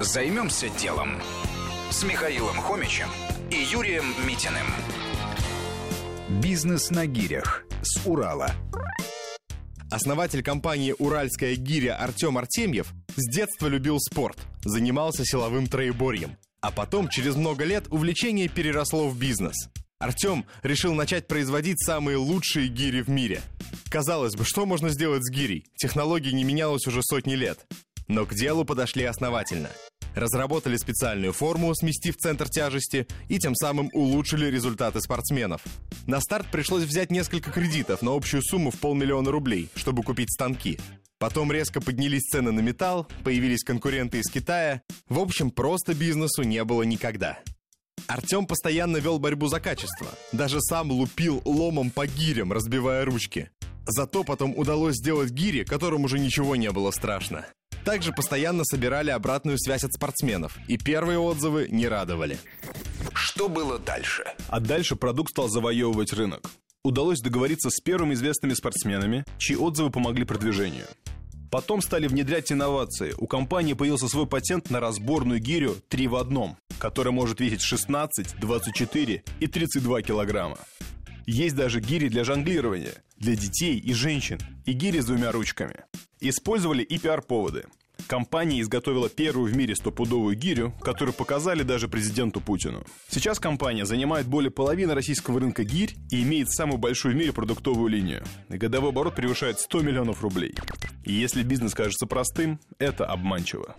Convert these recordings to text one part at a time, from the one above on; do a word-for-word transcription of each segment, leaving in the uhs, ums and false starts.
Займемся делом с Михаилом Хомичем и Юрием Митиным. Бизнес на гирях с Урала. Основатель компании «Уральская гиря» Артем Артемьев с детства любил спорт, занимался силовым троеборьем. А потом, через много лет, увлечение переросло в бизнес. Артем решил начать производить самые лучшие гири в мире. Казалось бы, что можно сделать с гирей? Технология не менялась уже сотни лет. Но к делу подошли основательно. Разработали специальную форму, сместив центр тяжести, и тем самым улучшили результаты спортсменов. На старт пришлось взять несколько кредитов на общую сумму в полмиллиона рублей, чтобы купить станки. Потом резко поднялись цены на металл, появились конкуренты из Китая. В общем, просто бизнесу не было никогда. Артем постоянно вел борьбу за качество. Даже сам лупил ломом по гирям, разбивая ручки. Зато потом удалось сделать гири, которым уже ничего не было страшно. Также постоянно собирали обратную связь от спортсменов, и первые отзывы не радовали. Что было дальше? А дальше продукт стал завоевывать рынок. Удалось договориться с первыми известными спортсменами, чьи отзывы помогли продвижению. Потом стали внедрять инновации. У компании появился свой патент на разборную гирю три в одном, которая может весить шестнадцать, двадцать четыре и тридцать два килограмма. Есть даже гири для жонглирования, для детей и женщин, и гири с двумя ручками. Использовали и пиар-поводы. Компания изготовила первую в мире стопудовую гирю, которую показали даже президенту Путину. Сейчас компания занимает более половины российского рынка гирь и имеет самую большую в мире продуктовую линию. Годовой оборот превышает сто миллионов рублей. И если бизнес кажется простым, это обманчиво.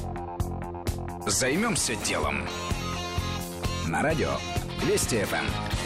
Займемся делом. На радио Вести эф эм.